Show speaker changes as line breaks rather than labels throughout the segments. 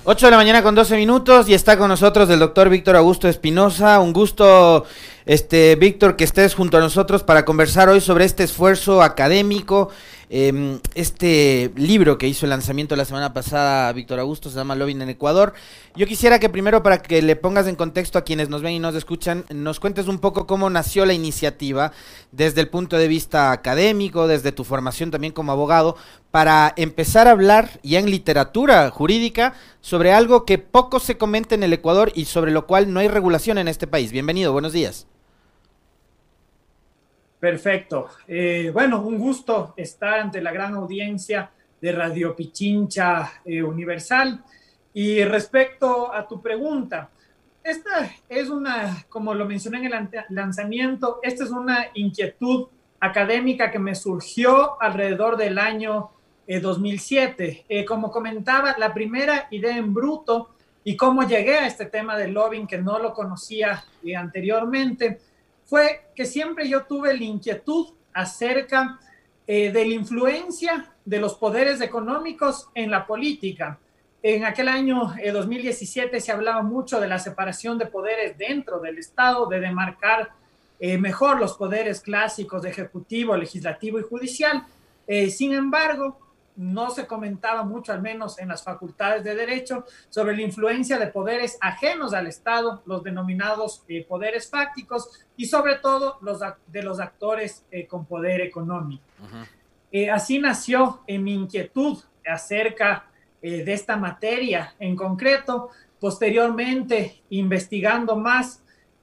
8 de la mañana con 12 minutos y está con nosotros el doctor Víctor Augusto Espinosa. Un gusto, Víctor, que estés junto a nosotros para conversar hoy sobre este esfuerzo académico. Este libro que hizo el lanzamiento la semana pasada Víctor Augusto se llama Lobbying en Ecuador. Yo quisiera que primero, para que le pongas en contexto a quienes nos ven y nos escuchan, nos cuentes un poco cómo nació la iniciativa desde el punto de vista académico, desde tu formación también como abogado, para empezar a hablar ya en literatura jurídica sobre algo que poco se comenta en el Ecuador y sobre lo cual no hay regulación en este país. Bienvenido, buenos días.
Perfecto. Bueno, un gusto estar ante la gran audiencia de Radio Pichincha Universal. Y respecto a tu pregunta, esta es una, como lo mencioné en el lanzamiento, esta es una inquietud académica que me surgió alrededor del año 2007. Como comentaba, la primera idea en bruto y cómo llegué a este tema del lobbying, que no lo conocía anteriormente, fue que siempre yo tuve la inquietud acerca de la influencia de los poderes económicos en la política. En aquel año 2017 se hablaba mucho de la separación de poderes dentro del Estado, de demarcar mejor los poderes clásicos de ejecutivo, legislativo y judicial. Sin embargo, no se comentaba mucho, al menos en las facultades de Derecho, sobre la influencia de poderes ajenos al Estado, los denominados poderes fácticos, y sobre todo de los actores con poder económico. Así nació mi inquietud acerca de esta materia en concreto. Posteriormente, investigando más,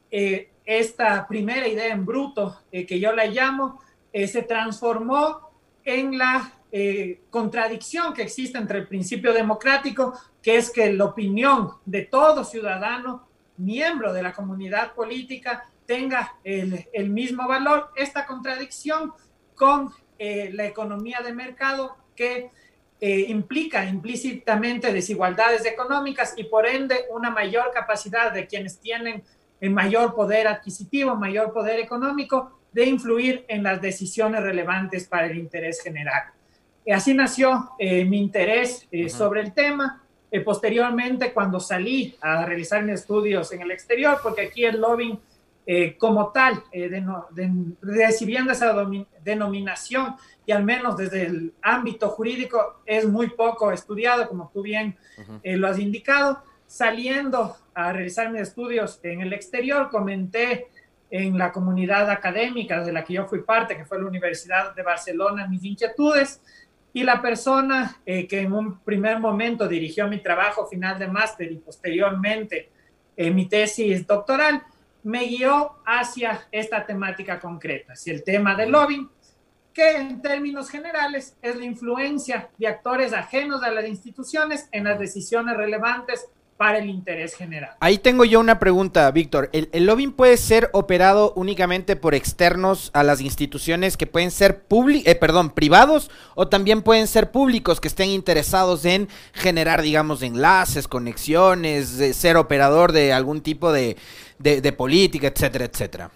esta primera idea en bruto, que yo la llamo, se transformó en la contradicción que existe entre el principio democrático, que es que la opinión de todo ciudadano, miembro de la comunidad política, tenga el mismo valor. Esta contradicción con la economía de mercado, que implica implícitamente desigualdades económicas y por ende una mayor capacidad de quienes tienen mayor poder adquisitivo, mayor poder económico, de influir en las decisiones relevantes para el interés general. Así nació mi interés sobre el tema. Posteriormente, cuando salí a realizar mis estudios en el exterior, porque aquí el lobbying como tal, recibiendo esa denominación, y al menos desde el ámbito jurídico es muy poco estudiado, como tú bien lo has indicado. Saliendo a realizar mis estudios en el exterior, comenté en la comunidad académica de la que yo fui parte, que fue la Universidad de Barcelona, mis inquietudes, y la persona que en un primer momento dirigió mi trabajo final de máster y posteriormente mi tesis doctoral, me guió hacia esta temática concreta, hacia el tema del lobbying, que en términos generales es la influencia de actores ajenos a las instituciones en las decisiones relevantes para el interés general.
Ahí tengo yo una pregunta, Víctor. ¿El lobbying puede ser operado únicamente por externos a las instituciones que pueden ser privados, o también pueden ser públicos que estén interesados en generar, digamos, enlaces, conexiones, ser operador de algún tipo de política, etcétera, etcétera?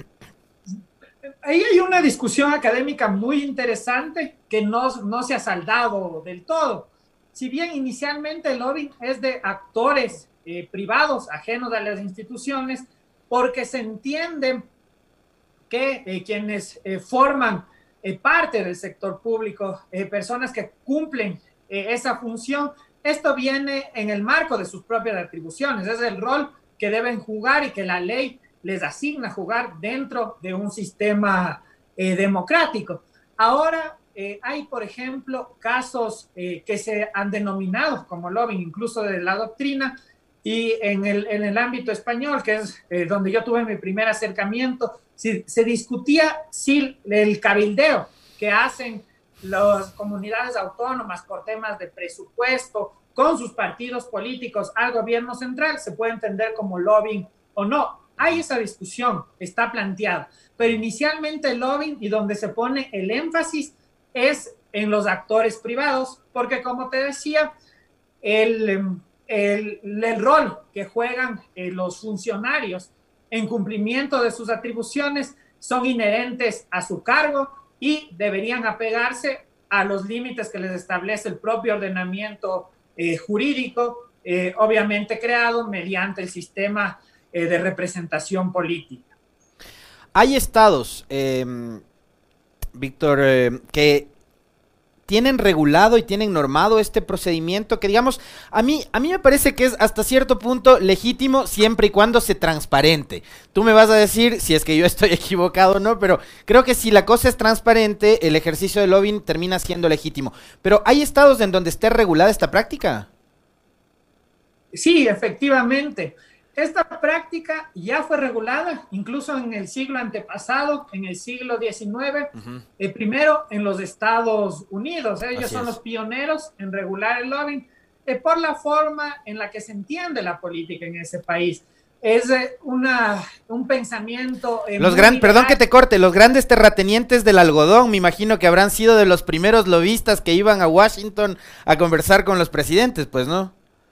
Ahí hay una discusión académica muy interesante que no se ha saldado del todo. Si bien inicialmente el lobbying es de actores privados ajenos a las instituciones, porque se entiende que quienes forman parte del sector público, personas que cumplen esa función, esto viene en el marco de sus propias atribuciones, es el rol que deben jugar y que la ley les asigna jugar dentro de un sistema democrático. Ahora, hay, por ejemplo, casos que se han denominado como lobbying, incluso de la doctrina, y en el ámbito español, que es donde yo tuve mi primer acercamiento, se discutía si el cabildeo que hacen las comunidades autónomas por temas de presupuesto con sus partidos políticos al gobierno central se puede entender como lobbying o no. Hay esa discusión, está planteada, pero inicialmente el lobbying, y donde se pone el énfasis, es en los actores privados, porque como te decía, el rol que juegan los funcionarios en cumplimiento de sus atribuciones son inherentes a su cargo y deberían apegarse a los límites que les establece el propio ordenamiento jurídico obviamente creado mediante el sistema de representación política.
Hay estados, Víctor, que tienen regulado y tienen normado este procedimiento que, digamos, a mí me parece que es hasta cierto punto legítimo siempre y cuando se transparente. Tú me vas a decir si es que yo estoy equivocado o no, pero creo que si la cosa es transparente, el ejercicio de lobbying termina siendo legítimo. Pero ¿hay estados en donde esté regulada esta práctica?
Sí, efectivamente. Esta práctica ya fue regulada, incluso en el siglo antepasado, en el siglo XIX, primero en los Estados Unidos. Ellos son los pioneros en regular el lobbying por la forma en la que se entiende la política en ese país. Es un pensamiento...
Perdón que te corte, los grandes terratenientes del algodón, me imagino que habrán sido de los primeros lobistas que iban a Washington a conversar con los presidentes, pues, ¿no?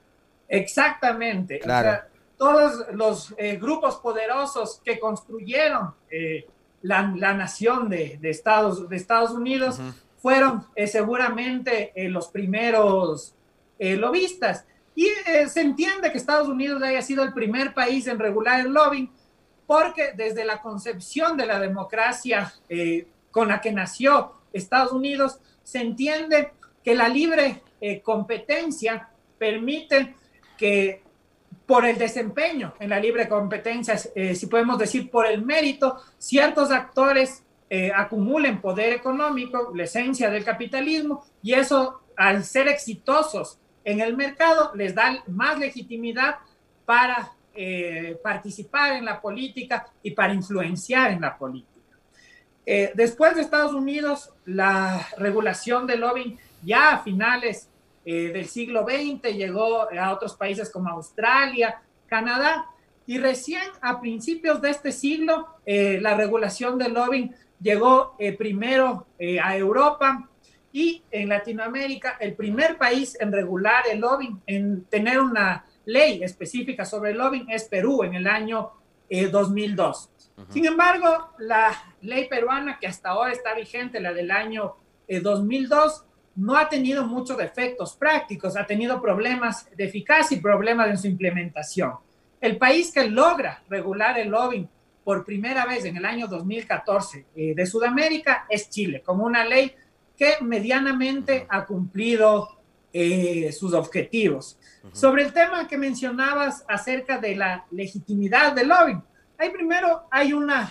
Exactamente.
Claro.
O sea, todos los grupos poderosos que construyeron la nación de Estados Unidos fueron seguramente los primeros lobistas. Y se entiende que Estados Unidos haya sido el primer país en regular el lobbying porque desde la concepción de la democracia con la que nació Estados Unidos, se entiende que la libre competencia permite que por el desempeño en la libre competencia, si podemos decir por el mérito, ciertos actores acumulen poder económico, la esencia del capitalismo, y eso, al ser exitosos en el mercado, les da más legitimidad para participar en la política y para influenciar en la política. Después de Estados Unidos, la regulación del lobbying ya a finales del siglo XX llegó a otros países como Australia, Canadá, y recién a principios de este siglo la regulación del lobbying llegó primero a Europa, y en Latinoamérica el primer país en regular el lobbying, en tener una ley específica sobre el lobbying, es Perú en el año 2002. Sin embargo, la ley peruana que hasta ahora está vigente, la del año 2002, no ha tenido muchos efectos prácticos, ha tenido problemas de eficacia y problemas en su implementación. El país que logra regular el lobbying por primera vez en el año 2014 de Sudamérica es Chile, con una ley que medianamente ha cumplido sus objetivos. Sobre el tema que mencionabas acerca de la legitimidad del lobbying, hay una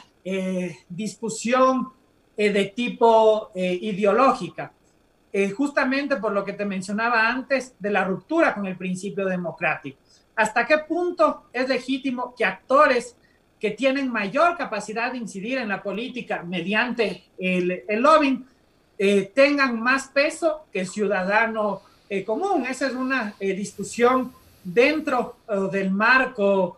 discusión de tipo ideológica. Justamente por lo que te mencionaba antes de la ruptura con el principio democrático. ¿Hasta qué punto es legítimo que actores que tienen mayor capacidad de incidir en la política mediante el lobbying tengan más peso que el ciudadano común? Esa es una discusión dentro del marco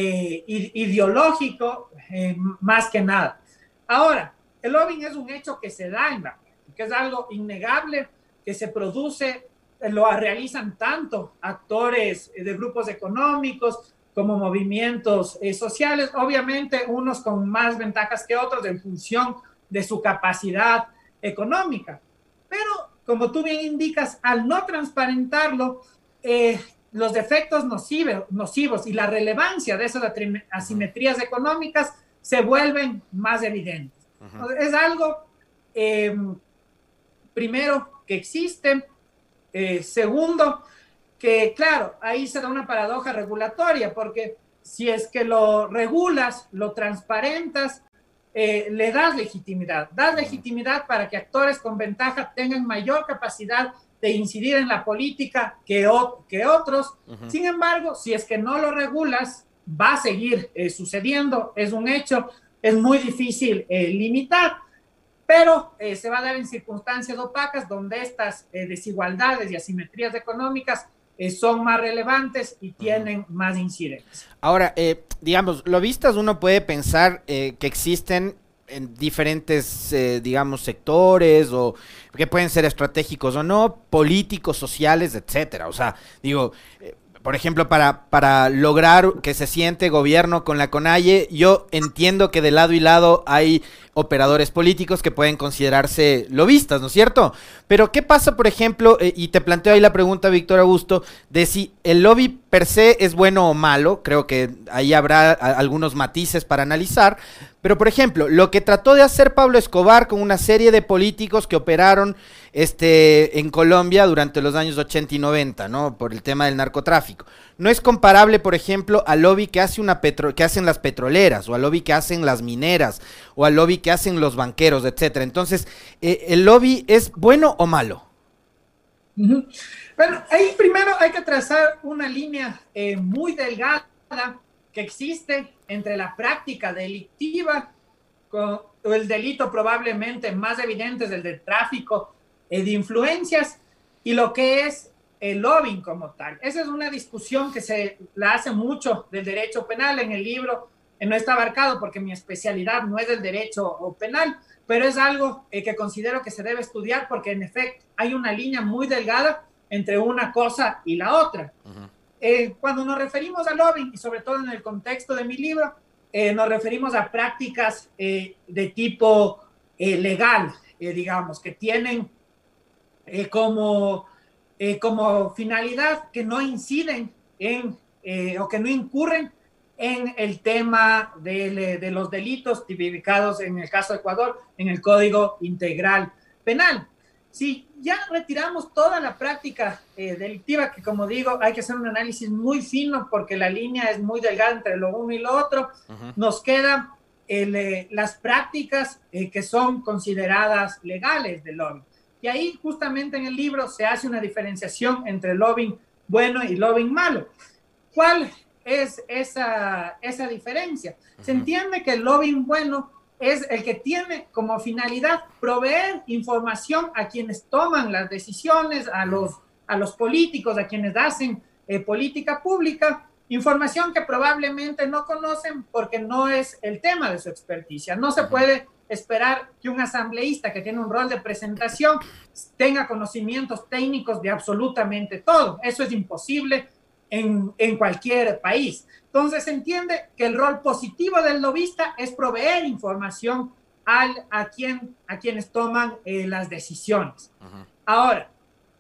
ideológico más que nada. Ahora, el lobbying es un hecho que se da en la que es algo innegable, que se produce, lo realizan tanto actores de grupos económicos como movimientos sociales, obviamente unos con más ventajas que otros en función de su capacidad económica. Pero, como tú bien indicas, al no transparentarlo, los efectos nocivos y la relevancia de esas asimetrías económicas se vuelven más evidentes. Es algo... primero, que existen. Segundo, que claro, ahí se da una paradoja regulatoria, porque si es que lo regulas, lo transparentas, le das legitimidad. Das legitimidad para que actores con ventaja tengan mayor capacidad de incidir en la política que otros. Sin embargo, si es que no lo regulas, va a seguir sucediendo. Es un hecho, es muy difícil limitar. Pero se va a dar en circunstancias opacas donde estas desigualdades y asimetrías económicas son más relevantes y tienen más incidencia.
Ahora, digamos, lobistas uno puede pensar que existen en diferentes, digamos, sectores o que pueden ser estratégicos o no, políticos, sociales, etcétera. O sea, digo... por ejemplo, para lograr que se siente gobierno con la CONAIE, yo entiendo que de lado y lado hay operadores políticos que pueden considerarse lobistas, ¿no es cierto? Pero ¿qué pasa, por ejemplo, y te planteo ahí la pregunta, Víctor Augusto, de si el lobby per se es bueno o malo? Creo que ahí habrá algunos matices para analizar, pero por ejemplo, lo que trató de hacer Pablo Escobar con una serie de políticos que operaron en Colombia durante los años 80 y 90, ¿no? Por el tema del narcotráfico. No es comparable, por ejemplo, al lobby que hacen las petroleras, o al lobby que hacen las mineras, o al lobby que hacen los banqueros, etcétera. Entonces, ¿el lobby es bueno o malo?
Uh-huh. Bueno, ahí primero hay que trazar una línea muy delgada que existe entre la práctica delictiva con el delito probablemente más evidente es el del tráfico de influencias y lo que es el lobbying como tal. Esa es una discusión que se la hace mucho del derecho penal en el libro. No está abarcado porque mi especialidad no es el derecho penal, pero es algo que considero que se debe estudiar porque en efecto hay una línea muy delgada entre una cosa y la otra. Cuando nos referimos al lobbying, y sobre todo en el contexto de mi libro, nos referimos a prácticas de tipo legal, digamos, que tienen como finalidad que no inciden o que no incurren en el tema de los delitos tipificados en el caso de Ecuador en el Código Integral Penal. Si ya retiramos toda la práctica delictiva, que como digo, hay que hacer un análisis muy fino porque la línea es muy delgada entre lo uno y lo otro, nos quedan las prácticas que son consideradas legales del lobbying. Y ahí justamente en el libro se hace una diferenciación entre lobbying bueno y lobbying malo. ¿Cuál es esa diferencia? Se entiende que el lobbying bueno es el que tiene como finalidad proveer información a quienes toman las decisiones, a los políticos, a quienes hacen política pública, información que probablemente no conocen porque no es el tema de su experticia. No se puede esperar que un asambleísta que tiene un rol de presentación tenga conocimientos técnicos de absolutamente todo. Eso es imposible en cualquier país. Entonces se entiende que el rol positivo del lobista es proveer información a quienes toman las decisiones. Ahora,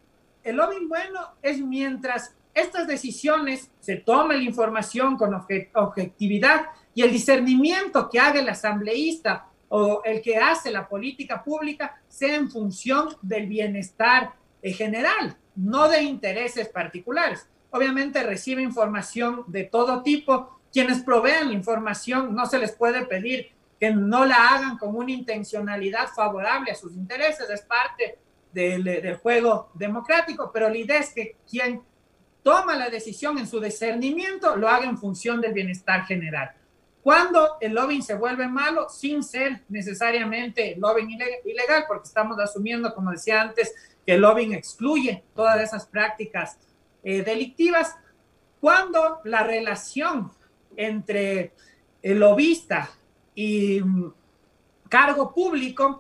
el lobbying bueno es mientras estas decisiones se tome la información con objetividad y el discernimiento que haga el asambleísta o el que hace la política pública sea en función del bienestar general, no de intereses particulares. Obviamente recibe información de todo tipo. Quienes provean la información no se les puede pedir que no la hagan con una intencionalidad favorable a sus intereses, es parte del juego democrático, pero la idea es que quien toma la decisión en su discernimiento lo haga en función del bienestar general. Cuando el lobbying se vuelve malo, sin ser necesariamente lobbying ilegal, porque estamos asumiendo, como decía antes, que el lobbying excluye todas esas prácticas delictivas, cuando la relación entre el lobista y cargo público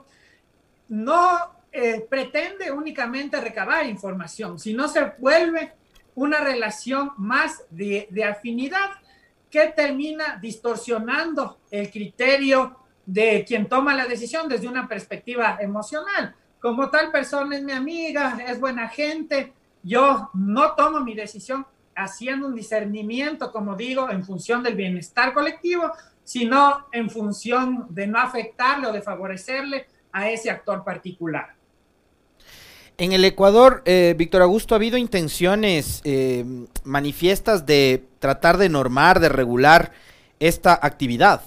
no pretende únicamente recabar información, sino se vuelve una relación más de afinidad que termina distorsionando el criterio de quien toma la decisión desde una perspectiva emocional. Como tal persona es mi amiga, es buena gente, yo no tomo mi decisión haciendo un discernimiento, como digo, en función del bienestar colectivo, sino en función de no afectarle o de favorecerle a ese actor particular.
En el Ecuador, Víctor Augusto, ¿ha habido intenciones manifiestas de tratar de normar, de regular esta actividad?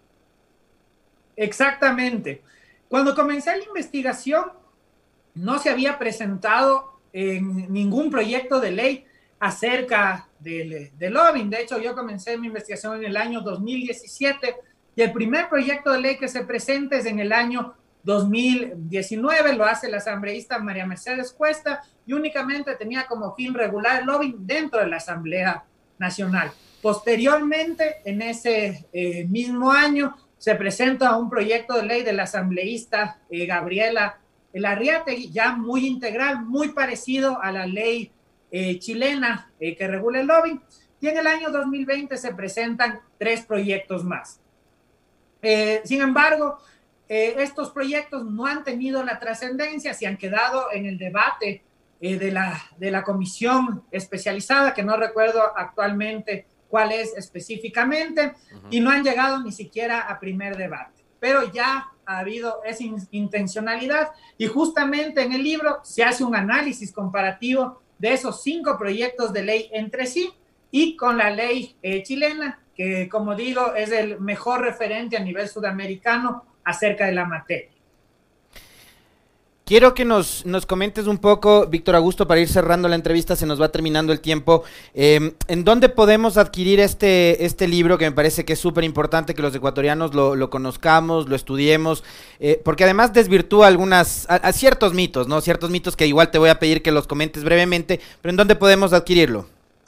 Exactamente. Cuando comencé la investigación, no se había presentado ningún proyecto de ley acerca del lobbying. De hecho, yo comencé mi investigación en el año 2017 y el primer proyecto de ley que se presenta es en el año 2019, lo hace la asambleísta María Mercedes Cuesta y únicamente tenía como fin regular el lobbying dentro de la Asamblea Nacional. Posteriormente, en ese mismo año, se presenta un proyecto de ley de la asambleísta Gabriela Larriategui, ya muy integral, muy parecido a la ley chilena que regula el lobbying, y en el año 2020 se presentan 3 proyectos más. Sin embargo, estos proyectos no han tenido la trascendencia, se han quedado en el debate de la comisión especializada, que no recuerdo actualmente cuál es específicamente, y no han llegado ni siquiera a primer debate. Pero ya ha habido esa intencionalidad, y justamente en el libro se hace un análisis comparativo de esos 5 proyectos de ley entre sí y con la ley chilena, que como digo es el mejor referente a nivel sudamericano acerca de la materia.
Quiero que nos comentes un poco, Víctor Augusto, para ir cerrando la entrevista, se nos va terminando el tiempo. ¿En dónde podemos adquirir este libro, que me parece que es súper importante que los ecuatorianos lo conozcamos, lo estudiemos? Porque además desvirtúa a ciertos mitos, ¿no? Ciertos mitos que igual te voy a pedir que los comentes brevemente, pero ¿en dónde podemos adquirirlo?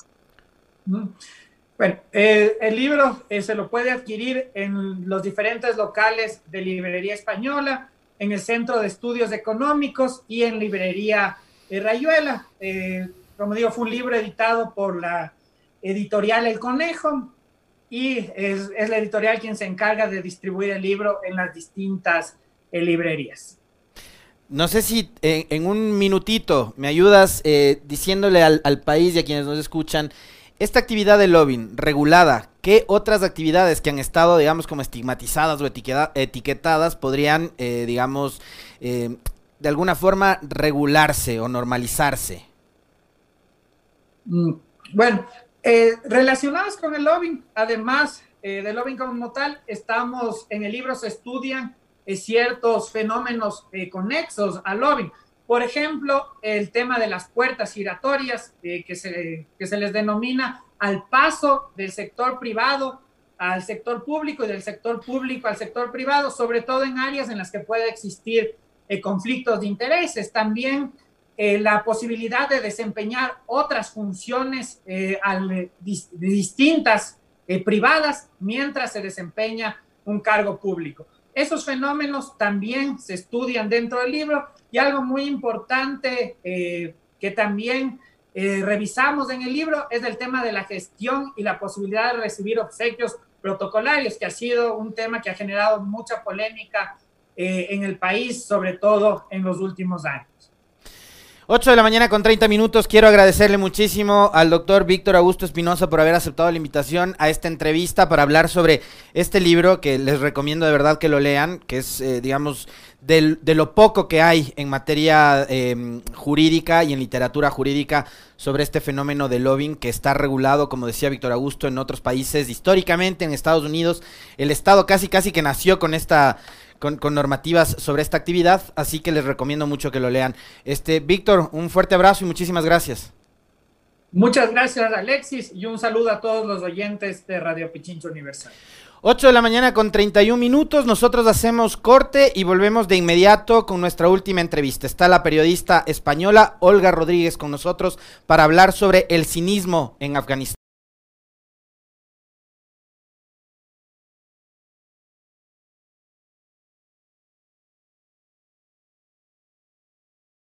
Bueno, el libro se lo puede adquirir en los diferentes locales de Librería Española, en el Centro de Estudios Económicos y en Librería Rayuela. Como digo, fue un libro editado por la editorial El Conejo, y es la editorial quien se encarga de distribuir el libro en las distintas librerías.
No sé si en un minutito me ayudas diciéndole al país y a quienes nos escuchan, esta actividad de lobbying regulada, ¿qué otras actividades que han estado, digamos, como estigmatizadas o etiquetadas podrían, digamos, de alguna forma regularse o normalizarse?
Bueno, relacionadas con el lobbying, además del lobbying como tal, en el libro se estudian ciertos fenómenos conexos al lobbying. Por ejemplo, el tema de las puertas giratorias, que se les denomina al paso del sector privado al sector público y del sector público al sector privado, sobre todo en áreas en las que puede existir conflictos de intereses. También la posibilidad de desempeñar otras funciones distintas, privadas, mientras se desempeña un cargo público. Esos fenómenos también se estudian dentro del libro, y algo muy importante que también revisamos en el libro es el tema de la gestión y la posibilidad de recibir obsequios protocolarios, que ha sido un tema que ha generado mucha polémica en el país, sobre todo en los últimos años.
8 de la mañana con 30 minutos. Quiero agradecerle muchísimo al doctor Víctor Augusto Espinosa por haber aceptado la invitación a esta entrevista para hablar sobre este libro, que les recomiendo de verdad que lo lean, que es, digamos, de lo poco que hay en materia jurídica y en literatura jurídica sobre este fenómeno de lobbying, que está regulado, como decía Víctor Augusto, en otros países. Históricamente, en Estados Unidos, el Estado casi que nació con con normativas sobre esta actividad, así que les recomiendo mucho que lo lean. Víctor, un fuerte abrazo y muchísimas gracias.
Muchas gracias, Alexis, y un saludo a todos los oyentes de Radio Pichincha Universal.
8 de la mañana con 31 minutos, nosotros hacemos corte y volvemos de inmediato con nuestra última entrevista. Está la periodista española Olga Rodríguez con nosotros para hablar sobre el cinismo en Afganistán.